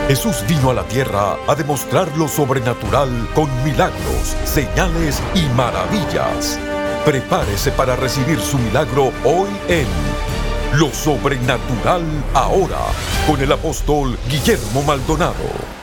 Jesús vino a la tierra a demostrar lo sobrenatural con milagros, señales y maravillas. Prepárese para recibir su milagro hoy en Lo Sobrenatural Ahora, con el apóstol Guillermo Maldonado.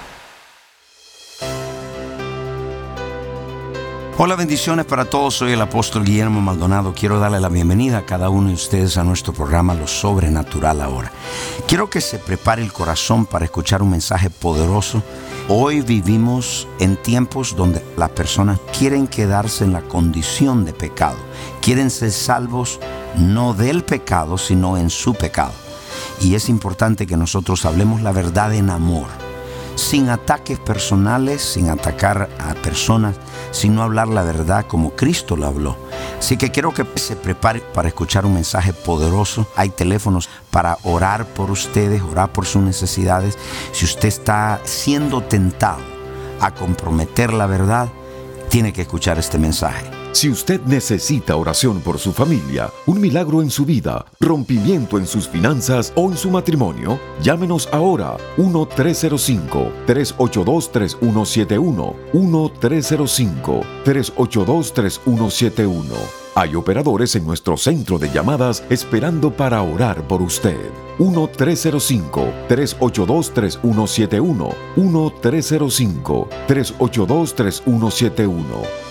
Hola, bendiciones para todos. Soy el apóstol Guillermo Maldonado. Quiero darle la bienvenida a cada uno de ustedes a nuestro programa Lo Sobrenatural Ahora. Quiero que se prepare el corazón para escuchar un mensaje poderoso. Hoy vivimos en tiempos donde las personas quieren quedarse en la condición de pecado. Quieren ser salvos no del pecado, sino en su pecado. Y es importante que nosotros hablemos la verdad en amor, sin ataques personales, sin atacar a personas, sino hablar la verdad como Cristo lo habló. Así que quiero que se prepare para escuchar un mensaje poderoso. Hay teléfonos para orar por ustedes, orar por sus necesidades. Si usted está siendo tentado a comprometer la verdad, tiene que escuchar este mensaje. Si usted necesita oración por su familia, un milagro en su vida, rompimiento en sus finanzas o en su matrimonio, llámenos ahora 1-305-382-3171, 1-305-382-3171. Hay operadores en nuestro centro de llamadas esperando para orar por usted. 1-305-382-3171, 1-305-382-3171.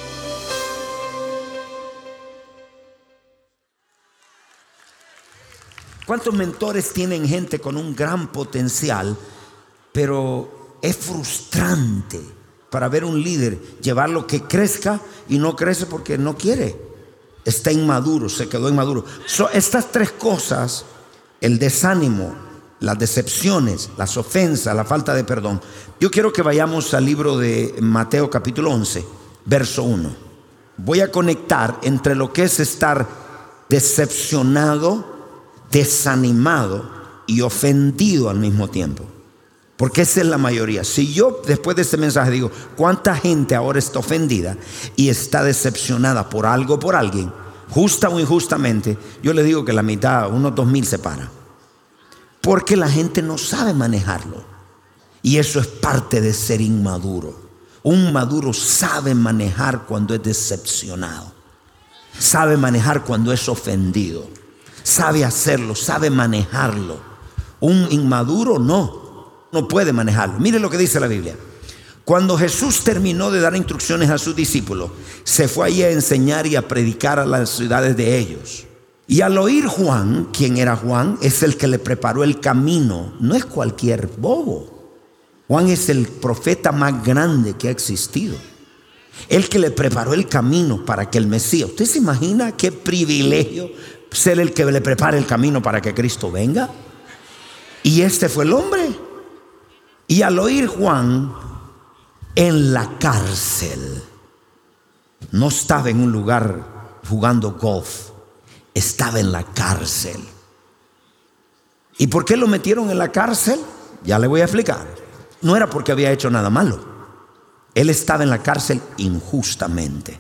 ¿Cuántos mentores tienen gente con un gran potencial, pero es frustrante para ver un líder llevarlo que crezca y no crece porque no quiere? Está inmaduro, se quedó inmaduro. Estas tres cosas, el desánimo, las decepciones, las ofensas, la falta de perdón. Yo quiero que vayamos al libro de Mateo capítulo 11, verso 1. Voy a conectar entre lo que es estar decepcionado, desanimado y ofendido al mismo tiempo, porque esa es la mayoría. Si yo después de este mensaje digo cuánta gente ahora está ofendida y está decepcionada por algo, por alguien, justa o injustamente, yo le digo que la mitad, unos 2,000 se para, porque la gente no sabe manejarlo. Y eso es parte de ser inmaduro. Un maduro sabe manejar cuando es decepcionado, sabe manejar cuando es ofendido, sabe hacerlo, sabe manejarlo. Un inmaduro no puede manejarlo. Mire lo que dice la Biblia. Cuando Jesús terminó de dar instrucciones a sus discípulos, se fue allí a enseñar y a predicar a las ciudades de ellos. Y al oír Juan, ¿quién era Juan? Es el que le preparó el camino. No es cualquier bobo. Juan es el profeta más grande que ha existido. El que le preparó el camino para que el Mesías. ¿Usted se imagina qué privilegio ser el que le prepare el camino para que Cristo venga? Y este fue el hombre. Y al oír Juan, en la cárcel, no estaba en un lugar jugando golf, estaba en la cárcel. ¿Y por qué lo metieron en la cárcel? Ya le voy a explicar. No era porque había hecho nada malo. Él estaba en la cárcel injustamente.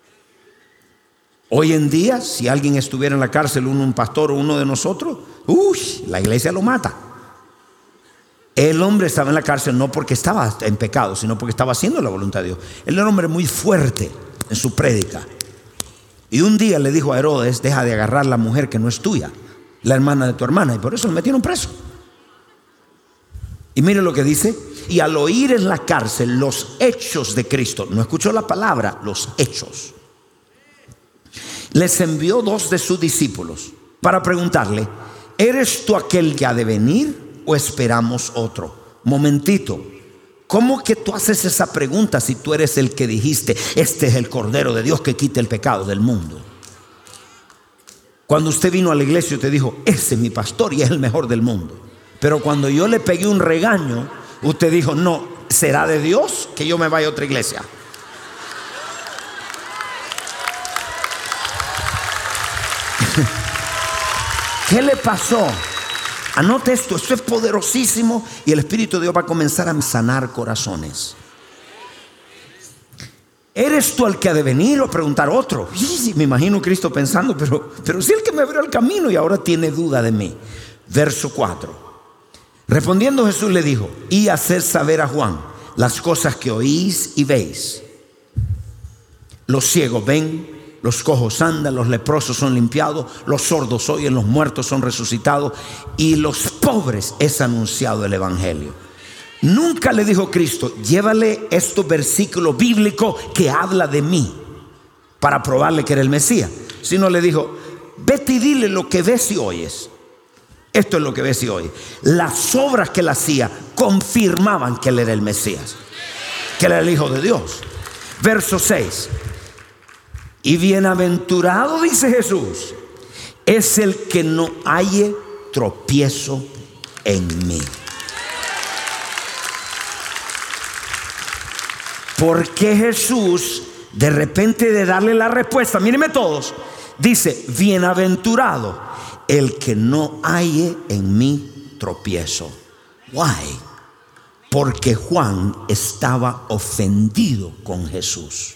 Hoy en día, si alguien estuviera en la cárcel, un pastor o uno de nosotros, la iglesia lo mata. El hombre estaba en la cárcel no porque estaba en pecado, sino porque estaba haciendo la voluntad de Dios. Él era un hombre muy fuerte en su prédica. Y un día le dijo a Herodes: deja de agarrar la mujer que no es tuya, la hermana de tu hermana. Y por eso lo metieron preso. Y mire lo que dice. Y al oír en la cárcel los hechos de Cristo, no escuchó la palabra, los hechos, les envió 2 de sus discípulos para preguntarle: ¿eres tú aquel que ha de venir o esperamos otro? Momentito, ¿cómo que tú haces esa pregunta si tú eres el que dijiste este es el Cordero de Dios que quita el pecado del mundo? Cuando usted vino a la iglesia usted dijo: ese es mi pastor y es el mejor del mundo. Pero cuando yo le pegué un regaño, usted dijo: no, ¿será de Dios que yo me vaya a otra iglesia? ¿Qué le pasó? Anote esto es poderosísimo y el Espíritu de Dios va a comenzar a sanar corazones. ¿Eres tú el que ha de venir o preguntar otro? Sí, me imagino Cristo pensando, pero si el que me abrió el camino y ahora tiene duda de mí. Verso 4. Respondiendo Jesús le dijo: y hacer saber a Juan las cosas que oís y veis. Los ciegos ven, los cojos andan, los leprosos son limpiados, los sordos oyen, los muertos son resucitados, y los pobres es anunciado el evangelio. Nunca le dijo Cristo: llévale estos versículos bíblicos que habla de mí, para probarle que era el Mesías. Sino le dijo: vete y dile lo que ves y oyes. Esto es lo que ves y oyes. Las obras que él hacía confirmaban que él era el Mesías, que él era el Hijo de Dios. Verso 6. Y bienaventurado, dice Jesús, es el que no halle tropiezo en mí. Porque Jesús, de repente de darle la respuesta, mírenme todos, dice: bienaventurado el que no halle en mí tropiezo. Why? Porque Juan estaba ofendido con Jesús.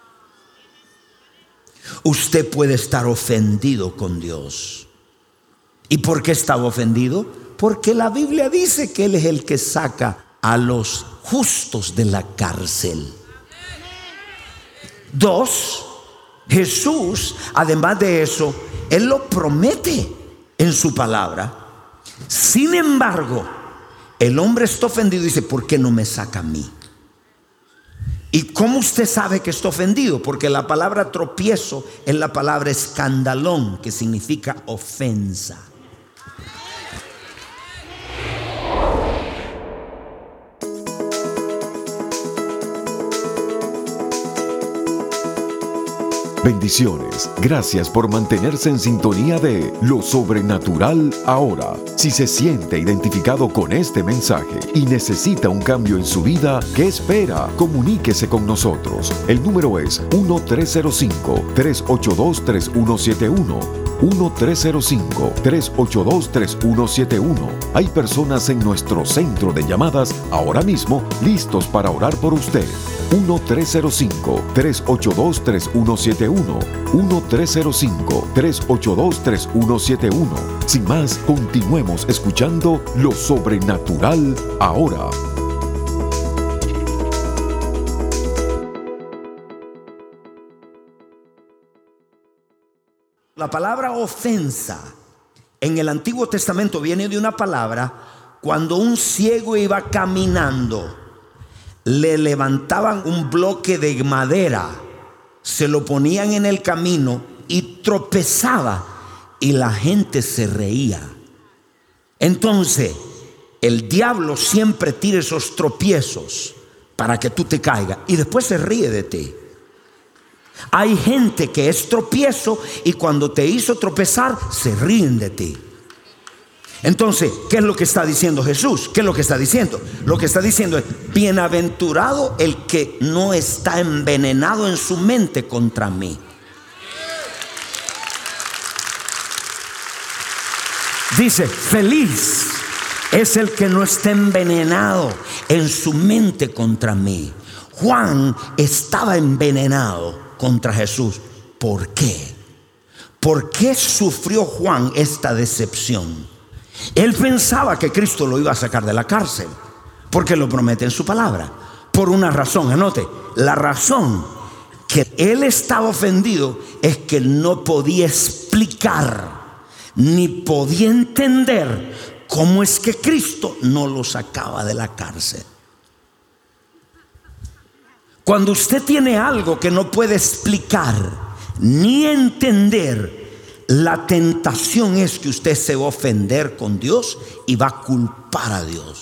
Usted puede estar ofendido con Dios. ¿Y por qué estaba ofendido? Porque la Biblia dice que Él es el que saca a los justos de la cárcel. 2, Jesús, además de eso, Él lo promete en su palabra. Sin embargo, el hombre está ofendido y dice: ¿por qué no me saca a mí? ¿Y cómo usted sabe que está ofendido? Porque la palabra tropiezo es la palabra escandalón, que significa ofensa. Bendiciones. Gracias por mantenerse en sintonía de Lo Sobrenatural Ahora. Si se siente identificado con este mensaje y necesita un cambio en su vida, ¿qué espera? Comuníquese con nosotros. El número es 1-305-382-3171. 1-305-382-3171. Hay personas en nuestro centro de llamadas ahora mismo listos para orar por usted. 1-305-382-3171. 1-305-382-3171. Sin más, continuemos escuchando Lo Sobrenatural Ahora. La palabra ofensa en el Antiguo Testamento viene de una palabra cuando un ciego iba caminando. Le levantaban un bloque de madera, se lo ponían en el camino y tropezaba y la gente se reía. Entonces el diablo siempre tira esos tropiezos para que tú te caigas y después se ríe de ti. Hay gente que es tropiezo y cuando te hizo tropezar se ríen de ti. Entonces, ¿qué es lo que está diciendo Jesús? ¿Qué es lo que está diciendo? Lo que está diciendo es: bienaventurado el que no está envenenado en su mente contra mí. Dice: feliz es el que no está envenenado en su mente contra mí. Juan estaba envenenado contra Jesús. ¿Por qué? ¿Por qué sufrió Juan esta decepción? Él pensaba que Cristo lo iba a sacar de la cárcel, porque lo promete en su palabra. Por una razón, anote, la razón que él estaba ofendido es que no podía explicar ni podía entender cómo es que Cristo no lo sacaba de la cárcel. Cuando usted tiene algo que no puede explicar ni entender, la tentación es que usted se va a ofender con Dios y va a culpar a Dios.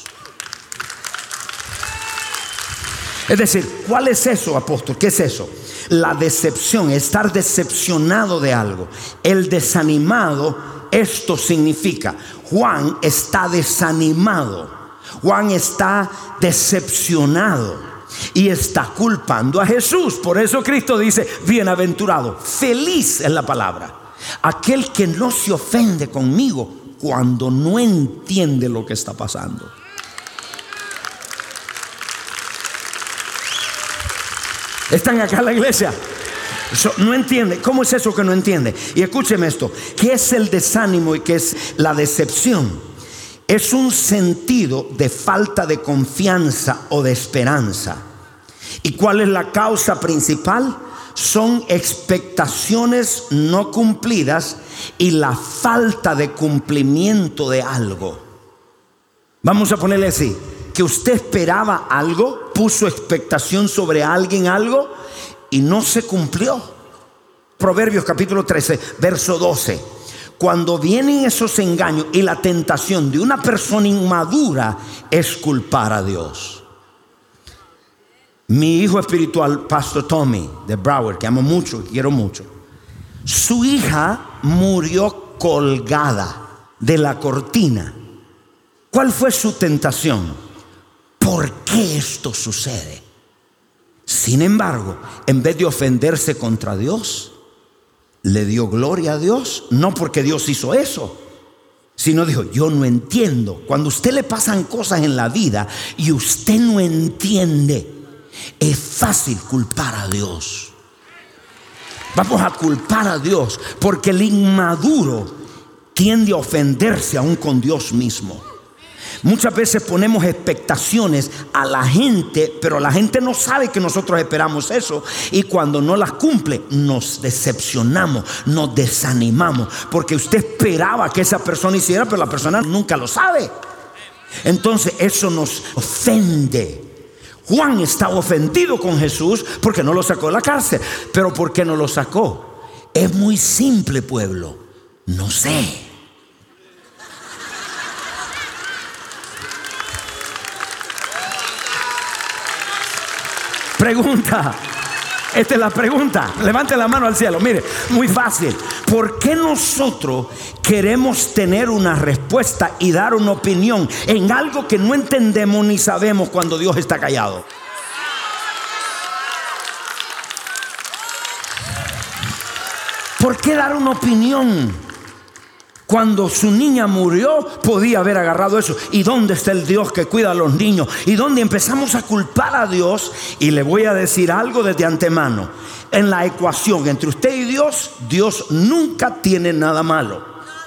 Es decir, ¿cuál es eso, apóstol? ¿Qué es eso? La decepción, estar decepcionado de algo. El desanimado, esto significa: Juan está desanimado, Juan está decepcionado y está culpando a Jesús. Por eso Cristo dice: bienaventurado, feliz es la palabra, aquel que no se ofende conmigo cuando no entiende lo que está pasando. ¿Están acá en la iglesia? No entiende. ¿Cómo es eso que no entiende? Y escúcheme esto: ¿qué es el desánimo y qué es la decepción? es un sentido de falta de confianza o de esperanza. ¿Y cuál es la causa principal? Son expectaciones no cumplidas y la falta de cumplimiento de algo. Vamos a ponerle así, que usted esperaba algo, puso expectación sobre alguien, algo, y no se cumplió. Proverbios capítulo 13, verso 12. Cuando vienen esos engaños y la tentación de una persona inmadura es culpar a Dios. Mi hijo espiritual, Pastor Tommy de Broward, que amo mucho, que quiero mucho, su hija murió colgada de la cortina. ¿Cuál fue su tentación? ¿Por qué esto sucede? Sin embargo, en vez de ofenderse contra Dios, le dio gloria a Dios, no porque Dios hizo eso, sino dijo, yo no entiendo. Cuando a usted le pasan cosas en la vida y usted no entiende, es fácil culpar a Dios. Vamos a culpar a Dios porque el inmaduro tiende a ofenderse aún con Dios mismo. Muchas veces ponemos expectaciones a la gente, pero la gente no sabe que nosotros esperamos eso, y cuando no las cumple nos decepcionamos, nos desanimamos, porque usted esperaba que esa persona hiciera, pero la persona nunca lo sabe. Entonces eso nos ofende. Juan estaba ofendido con Jesús porque no lo sacó de la cárcel. ¿Pero por qué no lo sacó? Es muy simple, pueblo. No sé. Pregunta. Esta es la pregunta. Levante la mano al cielo. Mire, muy fácil. ¿Por qué nosotros queremos tener una respuesta y dar una opinión en algo que no entendemos ni sabemos cuando Dios está callado? ¿Por qué dar una opinión? Cuando su niña murió, podía haber agarrado eso. ¿Y dónde está el Dios que cuida a los niños? ¿Y dónde empezamos a culpar a Dios? Y le voy a decir algo desde antemano. En la ecuación entre usted y Dios, Dios nunca tiene nada malo.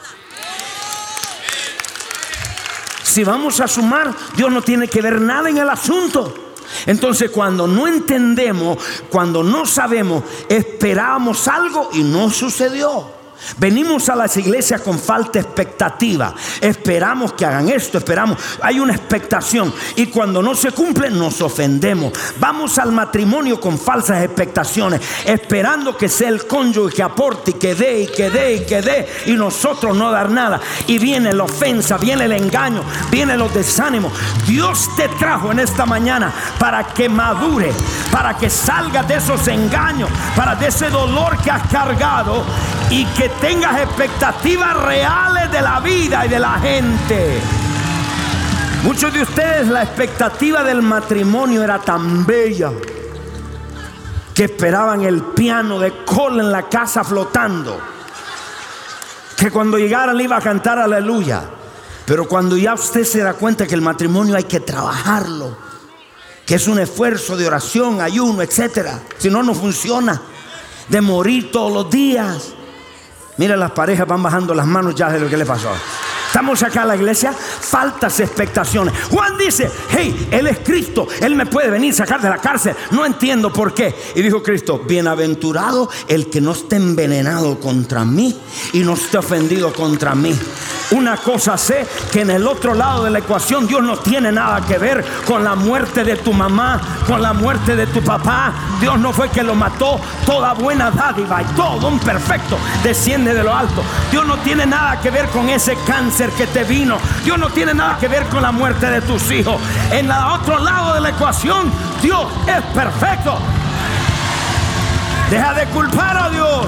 Si vamos a sumar, Dios no tiene que ver nada en el asunto. Entonces, cuando no entendemos, cuando no sabemos, esperamos algo y no sucedió. Venimos a las iglesias con falta de expectativa. Esperamos que hagan esto, esperamos. Hay una expectación y cuando no se cumple nos ofendemos. Vamos al matrimonio con falsas expectaciones, esperando que sea el cónyuge que aporte y que dé y que dé y que dé, y nosotros no dar nada. Y viene la ofensa, viene el engaño, vienen los desánimos. Dios te trajo en esta mañana para que madure, para que salgas de esos engaños, para de ese dolor que has cargado, y que tengas expectativas reales de la vida y de la gente. Muchos de ustedes, la expectativa del matrimonio era tan bella que esperaban el piano de cola en la casa flotando, que cuando llegara le iba a cantar aleluya. Pero cuando ya usted se da cuenta que el matrimonio hay que trabajarlo, que es un esfuerzo de oración, ayuno, etcétera, si no, no funciona. De morir todos los días. Mira, las parejas van bajando las manos ya de lo que le pasó. Estamos acá en la iglesia, faltas expectaciones. Juan dice, hey, Él es Cristo, Él me puede venir a sacar de la cárcel, no entiendo por qué. Y dijo Cristo, bienaventurado el que no esté envenenado contra mí y no esté ofendido contra mí. Una cosa sé, que en el otro lado de la ecuación Dios no tiene nada que ver con la muerte de tu mamá, con la muerte de tu papá. Dios no fue que lo mató. Toda buena dádiva y todo un perfecto desciende de lo alto. Dios no tiene nada que ver con ese cáncer que te vino. Dios no tiene nada que ver con la muerte de tus hijos. En el otro lado de la ecuación Dios es perfecto. Deja de culpar a Dios.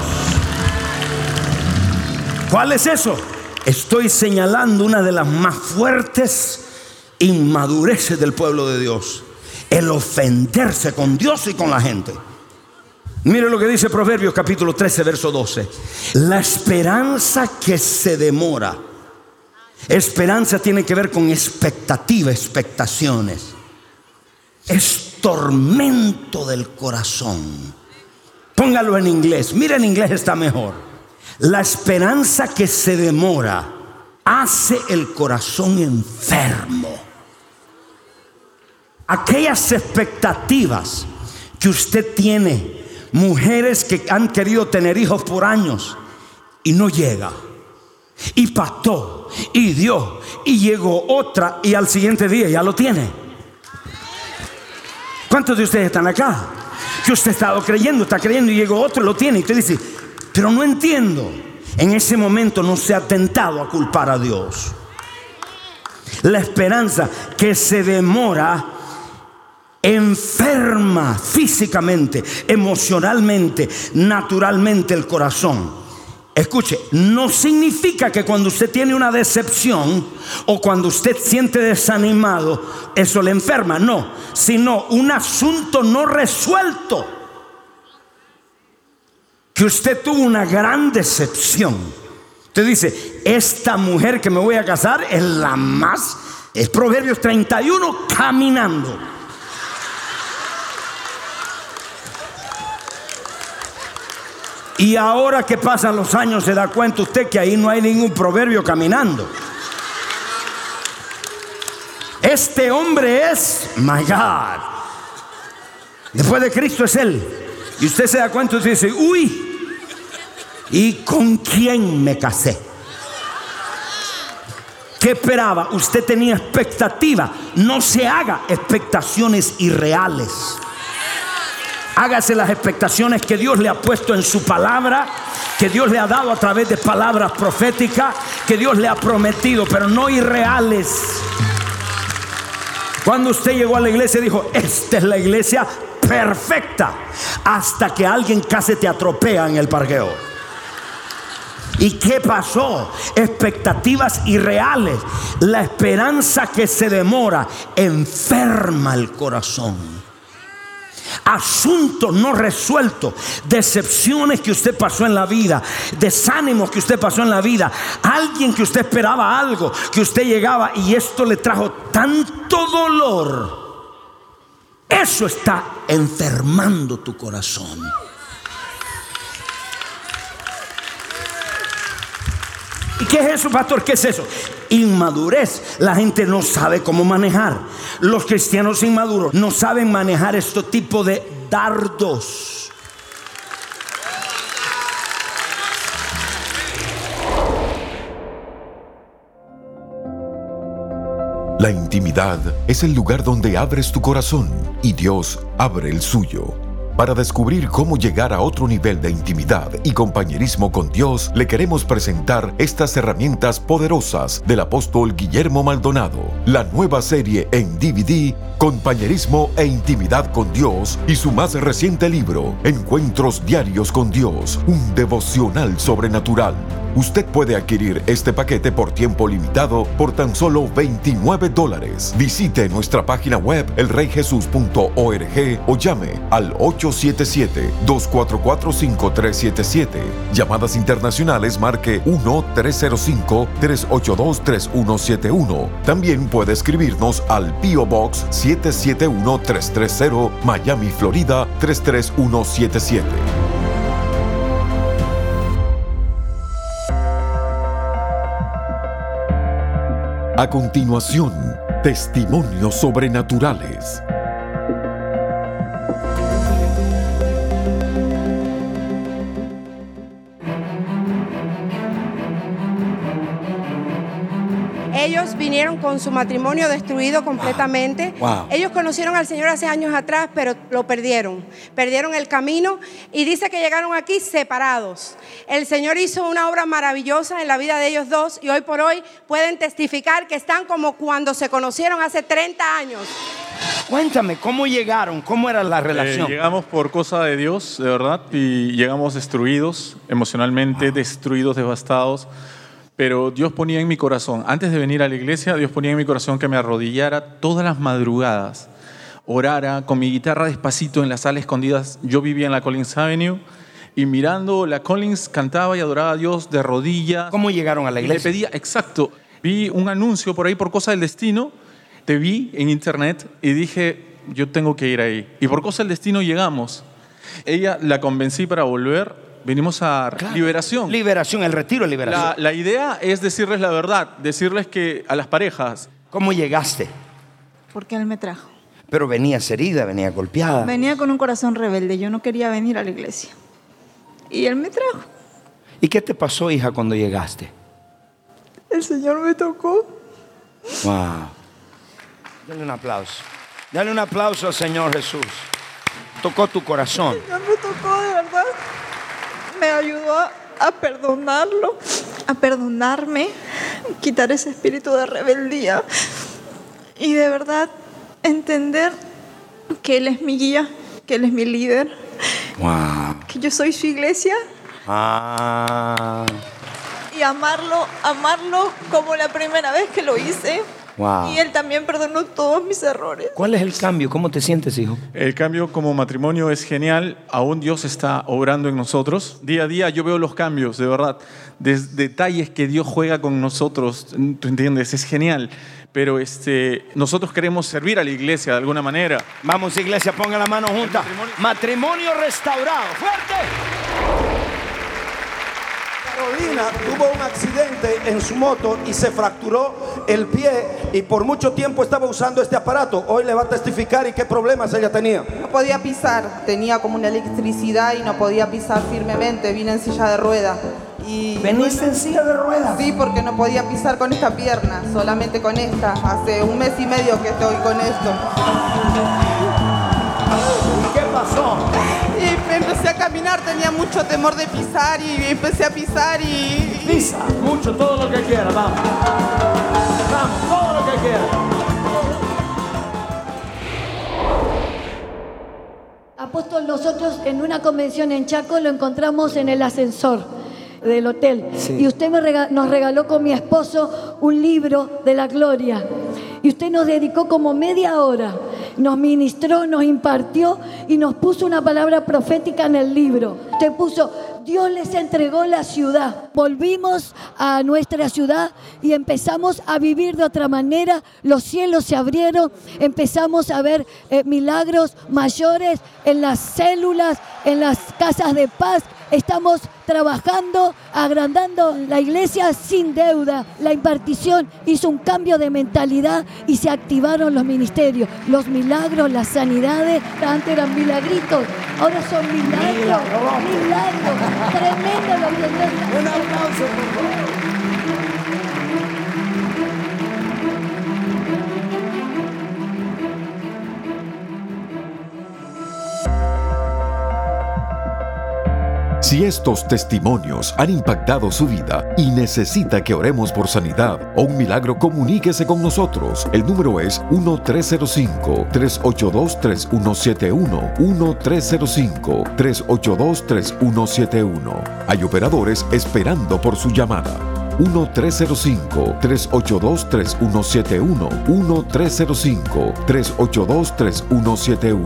¿Cuál es eso? Estoy señalando una de las más fuertes inmadureces del pueblo de Dios: el ofenderse con Dios y con la gente. Mire lo que dice Proverbios capítulo 13, verso 12. La esperanza que se demora. Esperanza tiene que ver con expectativa, expectaciones. Es tormento del corazón. Póngalo en inglés. Mira, en inglés está mejor. La esperanza que se demora hace el corazón enfermo. Aquellas expectativas que usted tiene, mujeres que han querido tener hijos por años y no llega, y pactó, y dio, y llegó otra, y al siguiente día ya lo tiene. ¿Cuántos de ustedes están acá? Que usted ha estado creyendo, está creyendo, y llegó otro y lo tiene, y usted dice, pero no entiendo. En ese momento no se ha tentado a culpar a Dios. La esperanza que se demora enferma físicamente, emocionalmente, naturalmente el corazón. Escuche, no significa que cuando usted tiene una decepción o cuando usted siente desanimado, eso le enferma. No, sino un asunto no resuelto. Que usted tuvo una gran decepción. Usted dice, esta mujer que me voy a casar es la más, es Proverbios 31 caminando. Y ahora que pasan los años se da cuenta usted que ahí no hay ningún proverbio caminando. Este hombre es, my God, después de Cristo es él. Y usted se da cuenta y dice, uy, ¿y con quién me casé? ¿Qué esperaba? Usted tenía expectativa. No se haga expectaciones irreales. Hágase las expectaciones que Dios le ha puesto en su palabra, que Dios le ha dado a través de palabras proféticas, que Dios le ha prometido, pero no irreales. Cuando usted llegó a la iglesia dijo, esta es la iglesia perfecta, hasta que alguien casi te atropella en el parqueo. ¿Y qué pasó? Expectativas irreales. La esperanza que se demora enferma el corazón. Asuntos no resueltos, decepciones que usted pasó en la vida, desánimos que usted pasó en la vida, alguien que usted esperaba algo, que usted llegaba y esto le trajo tanto dolor. Eso está enfermando tu corazón. ¿Y qué es eso, pastor? ¿Qué es eso? Inmadurez. La gente no sabe cómo manejar. Los cristianos inmaduros no saben manejar este tipo de dardos. La intimidad es el lugar donde abres tu corazón y Dios abre el suyo. Para descubrir cómo llegar a otro nivel de intimidad y compañerismo con Dios, le queremos presentar estas herramientas poderosas del apóstol Guillermo Maldonado. La nueva serie en DVD, Compañerismo e Intimidad con Dios, y su más reciente libro, Encuentros Diarios con Dios, un devocional sobrenatural. Usted puede adquirir este paquete por tiempo limitado por tan solo $29. Visite nuestra página web elreyjesus.org o llame al 877-244-5377. Llamadas internacionales marque 1-305-382-3171. También puede escribirnos al P.O. Box 771-330, Miami, Florida 33177. A continuación, testimonios sobrenaturales. Ellos vinieron con su matrimonio destruido completamente. Wow. Ellos conocieron al Señor hace años atrás, pero lo perdieron. Perdieron el camino y dice que llegaron aquí separados. El Señor hizo una obra maravillosa en la vida de ellos dos y hoy por hoy pueden testificar que están como cuando se conocieron hace 30 años. Cuéntame, ¿cómo llegaron? ¿Cómo era la relación? Llegamos por cosa de Dios, de verdad, y llegamos destruidos, emocionalmente destruidos, devastados. Pero Dios ponía en mi corazón, antes de venir a la iglesia, Dios ponía en mi corazón que me arrodillara todas las madrugadas, orara con mi guitarra despacito en la sala escondidas. Yo vivía en la Collins Avenue y mirando la Collins cantaba y adoraba a Dios de rodillas. ¿Cómo llegaron a la iglesia? Le pedía, exacto, vi un anuncio por ahí por cosa del destino, te vi en internet y dije, yo tengo que ir ahí. Y por cosa del destino llegamos. Ella la convencí para volver. Venimos a liberación. Liberación, el retiro de liberación. La idea es decirles la verdad, decirles que a las parejas. ¿Cómo llegaste? Porque Él me trajo. Pero venías herida, venías golpeada. Venía con un corazón rebelde. Yo no quería venir a la iglesia. Y Él me trajo. ¿Y qué te pasó, hija, cuando llegaste? El Señor me tocó. Wow. Dale un aplauso. Dale un aplauso al Señor Jesús. Tocó tu corazón. El Señor me tocó, de verdad. Me ayudó a perdonarlo, a perdonarme, quitar ese espíritu de rebeldía y de verdad entender que Él es mi guía, que Él es mi líder, que yo soy su iglesia y amarlo como la primera vez que lo hice. Y Él también perdonó todos mis errores. ¿Cuál es el cambio? ¿Cómo te sientes, hijo? El cambio como matrimonio es genial. Aún Dios está obrando en nosotros. Día a día yo veo los cambios, de verdad. Detalles que Dios juega con nosotros, ¿tú entiendes? Es genial. Pero nosotros queremos servir a la iglesia de alguna manera. Vamos, iglesia, ponga la mano junta. Matrimonio restaurado. ¡Fuerte! Carolina tuvo un accidente en su moto y se fracturó el pie y por mucho tiempo estaba usando este aparato. Hoy le va a testificar y qué problemas ella tenía. No podía pisar, tenía como una electricidad y no podía pisar firmemente. Vine en silla de ruedas. ¿Veniste en silla de ruedas? Sí, porque no podía pisar con esta pierna, solamente con esta. Hace 1 mes y medio que estoy con esto. ¿Qué pasó? Y empecé a caminar, tenía mucho temor de pisar y empecé a pisar y... Pisa mucho, todo lo que quiera, vamos. Vamos, todo lo que quiera. Apóstol, nosotros en una convención en Chaco lo encontramos en el ascensor del hotel. Sí. Y usted nos regaló con mi esposo un libro de la gloria. Y usted nos dedicó como media hora. Nos ministró, nos impartió y nos puso una palabra profética en el libro. Usted puso: Dios les entregó la ciudad. Volvimos a nuestra ciudad y empezamos a vivir de otra manera. Los cielos se abrieron, empezamos a ver milagros mayores en las células, en las casas de paz. Estamos trabajando, agrandando la iglesia sin deuda. La impartición hizo un cambio de mentalidad y se activaron los ministerios. Los milagros, las sanidades, antes eran milagritos, ahora son milagros. Milagros. Tremendo lo que Dios hace. Un aplauso, por favor. Si estos testimonios han impactado su vida y necesita que oremos por sanidad o un milagro, comuníquese con nosotros. El número es 1-305-382-3171. 1-305-382-3171. Hay operadores esperando por su llamada. 1-305-382-3171. 1-305-382-3171.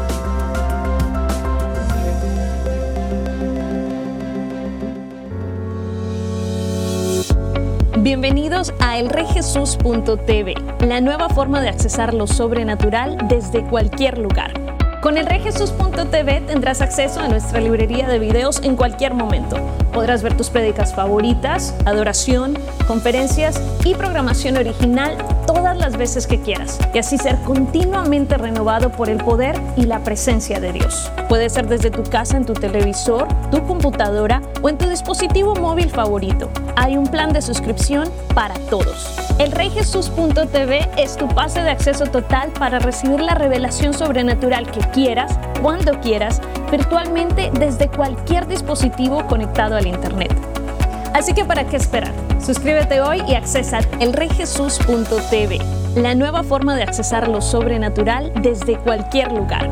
Bienvenidos a elreyjesus.tv, la nueva forma de accesar lo sobrenatural desde cualquier lugar. Con elreyjesus.tv tendrás acceso a nuestra librería de videos en cualquier momento. Podrás ver tus prédicas favoritas, adoración, conferencias y programación original todas las veces que quieras, y así ser continuamente renovado por el poder y la presencia de Dios. Puede ser desde tu casa, en tu televisor, tu computadora o en tu dispositivo móvil favorito. Hay un plan de suscripción para todos. elreyjesus.tv es tu pase de acceso total para recibir la revelación sobrenatural que quieras, cuando quieras, virtualmente desde cualquier dispositivo conectado al internet. Así que ¿para qué esperar? Suscríbete hoy y accesa elreyjesus.tv, la nueva forma de accesar lo sobrenatural desde cualquier lugar.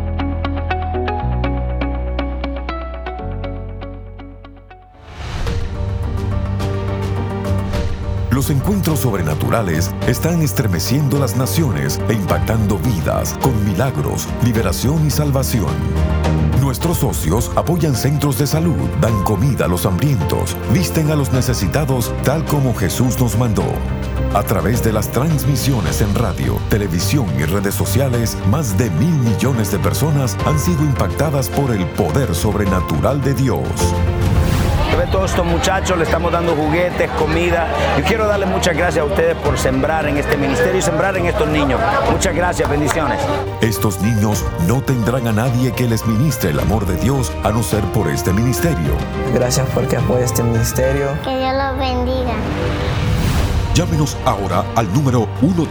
Los encuentros sobrenaturales están estremeciendo las naciones e impactando vidas con milagros, liberación y salvación. Nuestros socios apoyan centros de salud, dan comida a los hambrientos, visten a los necesitados tal como Jesús nos mandó. A través de las transmisiones en radio, televisión y redes sociales, más de 1.000 millones de personas han sido impactadas por el poder sobrenatural de Dios. A todos estos muchachos le estamos dando juguetes, comida. Yo quiero darle muchas gracias a ustedes por sembrar en este ministerio y sembrar en estos niños. Muchas gracias, bendiciones. Estos niños no tendrán a nadie que les ministre el amor de Dios a no ser por este ministerio. Gracias porque apoya este ministerio. Que Dios los bendiga. Llámenos ahora al número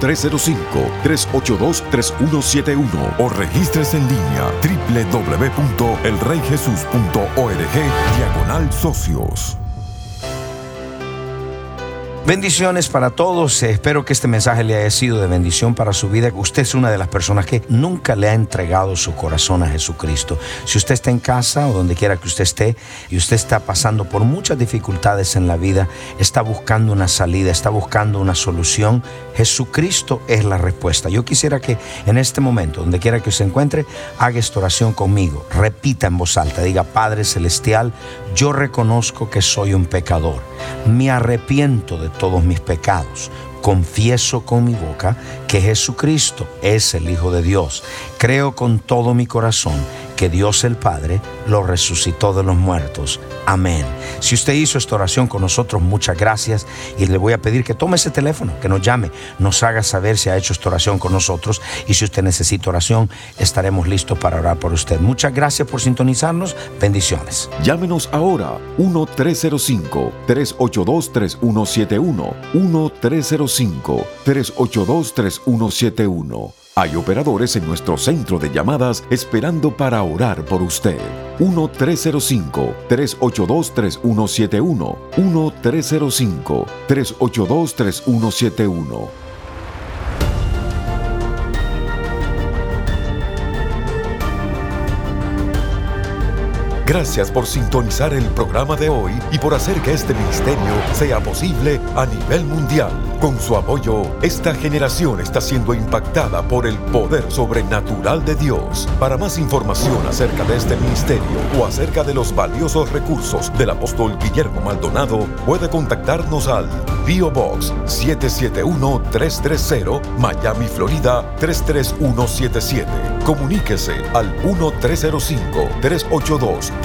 1-305-382-3171 o regístrese en línea www.elreyjesus.org/socios. Bendiciones para todos. Espero que este mensaje le haya sido de bendición para su vida. Usted es una de las personas que nunca le ha entregado su corazón a Jesucristo. Si usted está en casa o donde quiera que usted esté y usted está pasando por muchas dificultades en la vida, está buscando una salida, está buscando una solución, Jesucristo es la respuesta. Yo quisiera que en este momento, donde quiera que se encuentre, haga esta oración conmigo. Repita en voz alta, diga: Padre Celestial, yo reconozco que soy un pecador. Me arrepiento de todos mis pecados. Confieso con mi boca que Jesucristo es el Hijo de Dios. Creo con todo mi corazón que Dios el Padre lo resucitó de los muertos. Amén. Si usted hizo esta oración con nosotros, muchas gracias. Y le voy a pedir que tome ese teléfono, que nos llame, nos haga saber si ha hecho esta oración con nosotros. Y si usted necesita oración, estaremos listos para orar por usted. Muchas gracias por sintonizarnos. Bendiciones. Llámenos ahora, 1-305-382-3171. 1-305-382-3171. Hay operadores en nuestro centro de llamadas esperando para orar por usted. 1-305-382-3171. 1-305-382-3171. Gracias por sintonizar el programa de hoy y por hacer que este ministerio sea posible a nivel mundial. Con su apoyo, esta generación está siendo impactada por el poder sobrenatural de Dios. Para más información acerca de este ministerio o acerca de los valiosos recursos del apóstol Guillermo Maldonado, puede contactarnos al P.O. Box 771-330, Miami, Florida 33177. Comuníquese al 1-305-382-3171,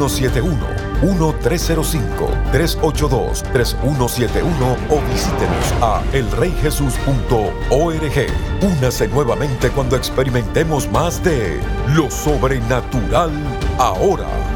1-305-382-3171 o visítenos a elreyjesus.org. Únase nuevamente cuando experimentemos más de lo sobrenatural ahora.